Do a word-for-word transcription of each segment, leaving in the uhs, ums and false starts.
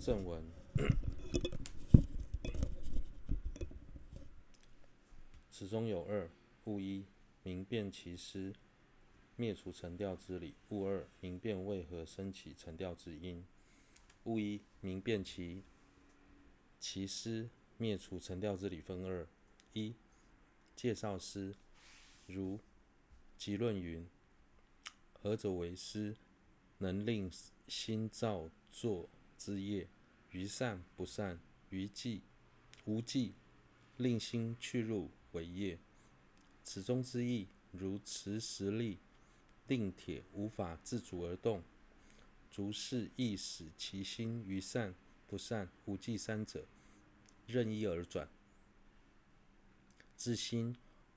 正文。此中有二：物一，明辨其师，灭除沉掉之理；物二，明辨为何生起沉掉之因。物一，明辨其其师，灭除沉掉之理分二：一、介绍师，如集论云：何者为师？能令心造作之业，于善不善，于忌无忌，令心去入为业。此中之意，如持实力，令铁无法自主而动，足是亦使其心于善不善、无忌三者任意而转。自心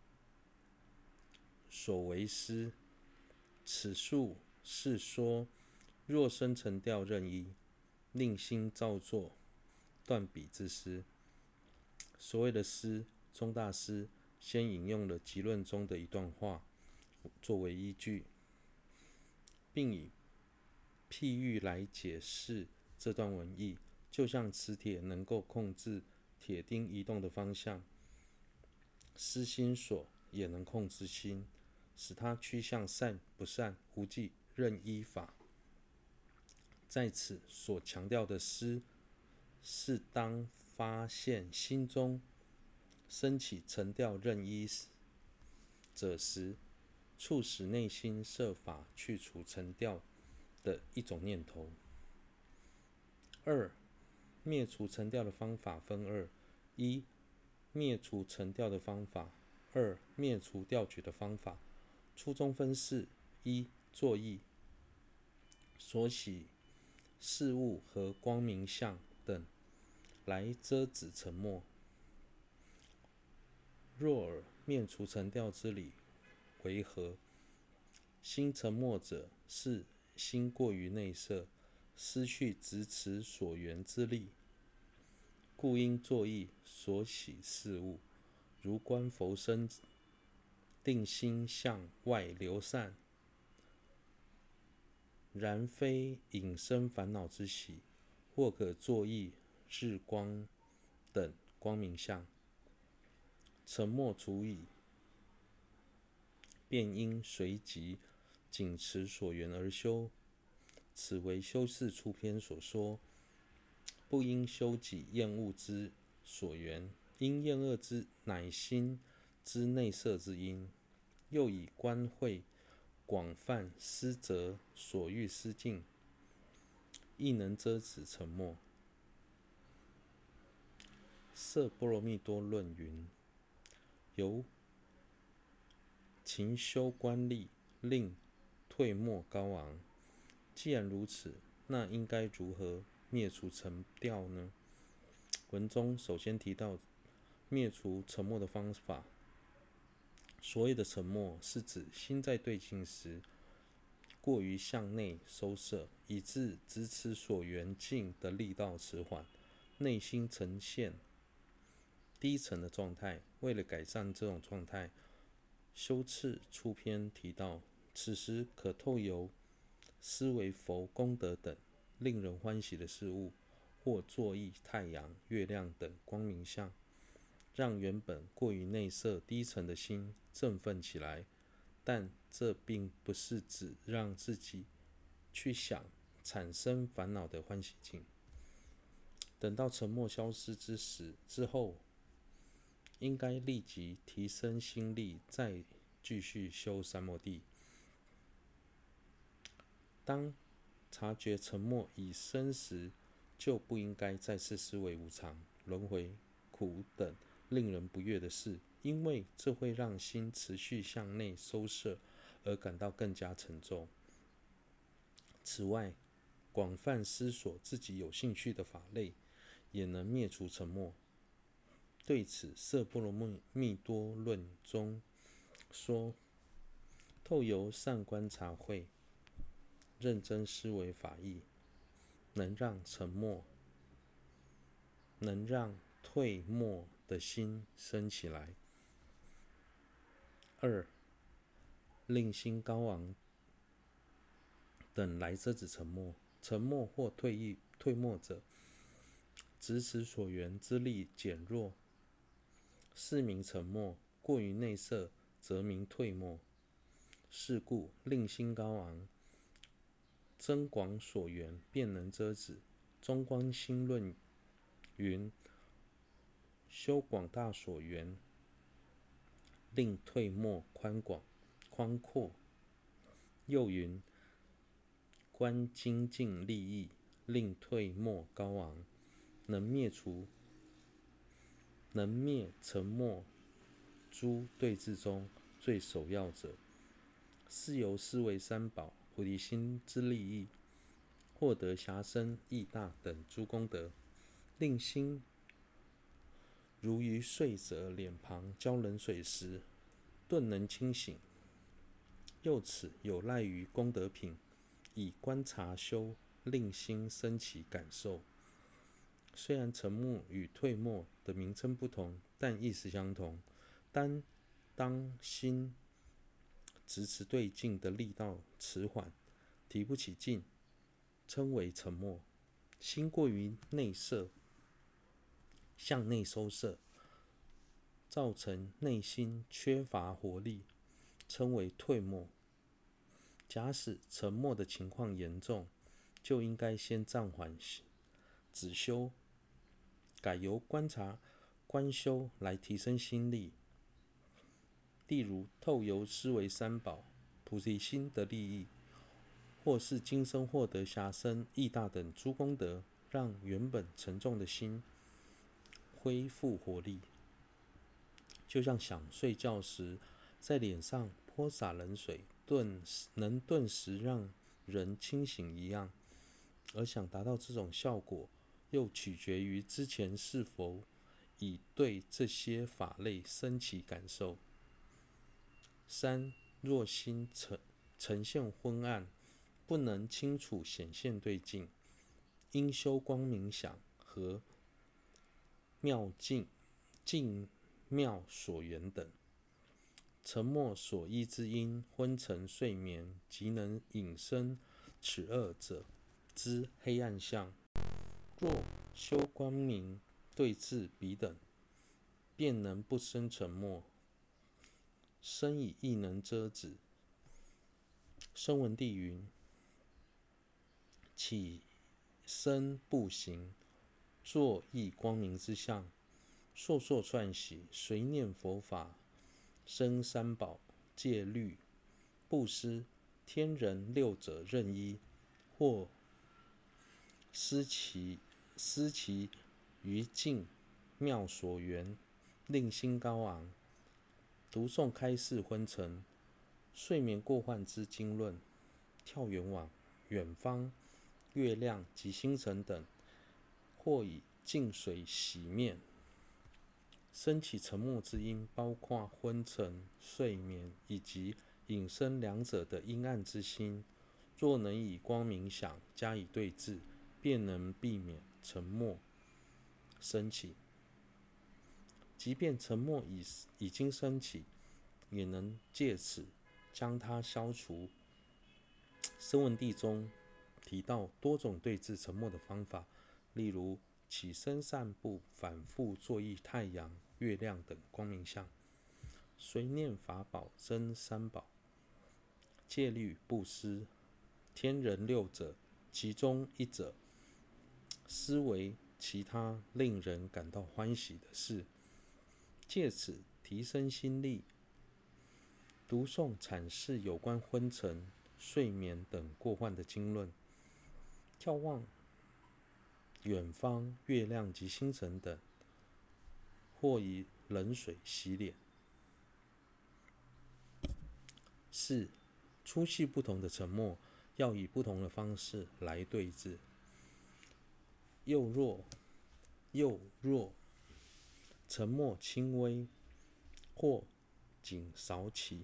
所为师，此数是说，若生沉掉任意，令心造作断彼之师。所谓的师，宗大师先引用了集论中的一段话作为依据，并以譬喻来解释这段文意，就像磁铁能够控制铁钉移动的方向，师心所也能控制心，使它趋向善不善、无忌任依法。在此所强调的师，是当发现心中升起沉掉任依者时，促使内心设法去除沉掉的一种念头。二、灭除沉掉的方法分二：一、灭除沉掉的方法；二、灭除掉举的方法。初中分四：一、作意，所喜事物和光明相等来遮止沉默。若尔灭除沉掉之理为何？心沉默者，是心过于内摄，失去执持所缘之力，故应作意所喜事物，如观佛身，定心向外流散，然非引生烦恼之喜，或可作意日光等光明相。沉默除矣，便应随即谨持所缘而修。此为修四出篇所说，不应修己厌恶之所缘，因厌恶之乃心之内摄之因。又以观慧广泛施则所欲施尽，亦能遮止沉默。摄波罗蜜多论云：由勤修观力，令退没高昂。既然如此，那应该如何灭除沉掉呢？文中首先提到灭除沉默的方法。所谓的沉默，是指心在对境时过于向内收摄，以致执持所缘境的力道迟缓，内心呈现低沉的状态。为了改善这种状态，修次出篇提到，此时可透由思维佛功德等令人欢喜的事物，或作意太阳、月亮等光明相，让原本过于内摄低沉的心振奋起来。但这并不是指让自己去想产生烦恼的欢喜境。等到沉默消失之时之后，应该立即提升心力，再继续修三摩地。当察觉沉默已生时，就不应该再次思维无常、轮回、苦等令人不悦的事，因为这会让心持续向内收摄，而感到更加沉重。此外，广泛思索自己有兴趣的法类，也能灭除沉默。对此，摄波罗蜜多论中说，透由善观察慧，认真思维法义，能让沉默，能让退没的心升起来。二、令心高昂等来遮止沉默。沉默或退意退没者， 执持所缘之力减弱，是名沉没；过于内摄，则名退没。是故令心高昂，增广所缘，便能遮止。中观心论云：修广大所缘，令退没宽广宽阔。又云：观精进利益，令退没高昂，能灭除能灭沉没诸对治中最首要者。是由思维三宝、菩提心之利益，获得暇身、义大等诸功德，令心如于睡者脸庞浇冷水时，顿能清醒。又此有赖于功德品，以观察修，令心生起感受。虽然沉没与退没的名称不同，但意思相同。单当心执持对境的力道迟缓，提不起劲，称为沉没。心过于内摄，向内收摄，造成内心缺乏活力，称为退没。假使沉没的情况严重，就应该先暂缓止修，改由观察观修来提升心力。例如透由思维三宝、菩提心的利益，或是今生获得暇身、义大等诸功德，让原本沉重的心恢复活力。就像想睡觉时，在脸上泼洒冷水，顿能顿时让人清醒一样。而想达到这种效果，又取决于之前是否已对这些法类升起感受。三、若心呈呈现昏暗，不能清楚显现对境，应修光明想和妙境境妙所缘等。沉没所依之因，昏沉睡眠，即能引生此二者之黑暗相。若修光明对治彼等，便能不生沉没，生以亦能遮止。声闻地云：起身步行，作意光明之相，烁烁串习，随念佛法，生三宝、戒律、布施、天人六者任一，或施其施其于境妙所缘，令心高昂。读诵开示昏沉、睡眠过患之经论，跳远往远方、月亮及星辰等，或以净水洗面。升起沉没之因，包括昏沉、睡眠以及引生两者的阴暗之心。若能以光明想加以对治，便能避免沉没升起。即便沉没 已, 已经升起，也能借此将它消除。声闻地中提到多种对治沉没的方法，例如起身散步、反复作意太阳、月亮等光明相，随念法宝增三宝、戒律、布施、天人六者其中一者，思维其他令人感到欢喜的事，借此提升心力。读诵阐释有关昏沉、睡眠等过患的经论，眺望远方、月亮及星辰等，或以冷水洗脸。四、粗细不同的沉没，要以不同的方式来对治。又若又若沉没轻微，或仅少起，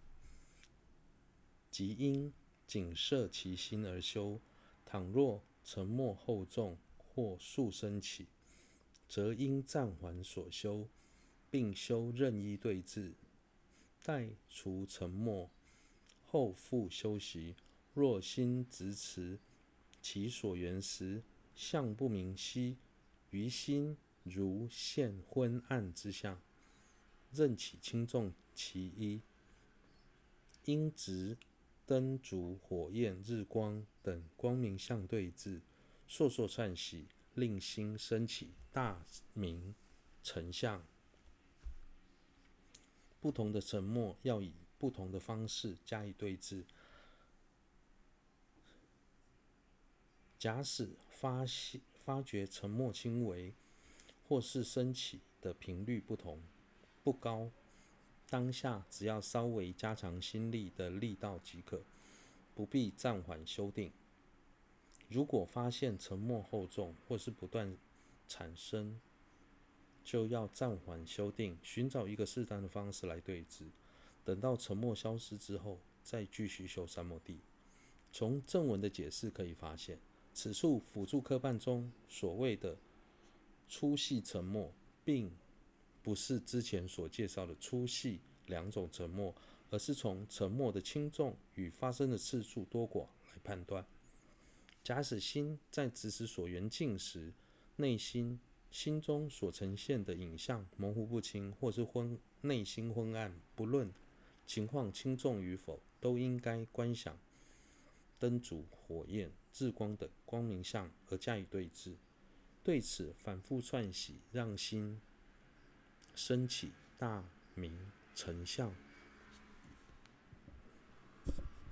即应谨摄其心而修；倘若沉没厚重，或速生起，则应暂缓所修，并修任意对治，待除沉没后复修习。若心执持其所缘时，相不明晰， 于心如现昏暗之象，任起轻重其一，因直灯烛火焰日光等光明相对治，烁烁串喜，令心升起大明成像。不同的沉默要以不同的方式加以对治。假使 发, 发觉沉默轻微，或是升起的频率不同不高，当下只要稍微加强心力的力道即可，不必暂缓修订。如果发现沉默厚重或是不断产生，就要暂缓修订，寻找一个适当的方式来对治。等到沉默消失之后，再继续修三摩地。从正文的解释可以发现，此处辅助科判中所谓的粗细沉默，并不是之前所介绍的粗细两种沉默，而是从沉默的轻重与发生的次数多寡来判断。假使心在直识所缘境时，内心心中所呈现的影像模糊不清，或是昏内心昏暗，不论情况轻重与否，都应该观想灯烛、火焰、日光等光明相而加以对治。对此反复串习，让心升起大明成像。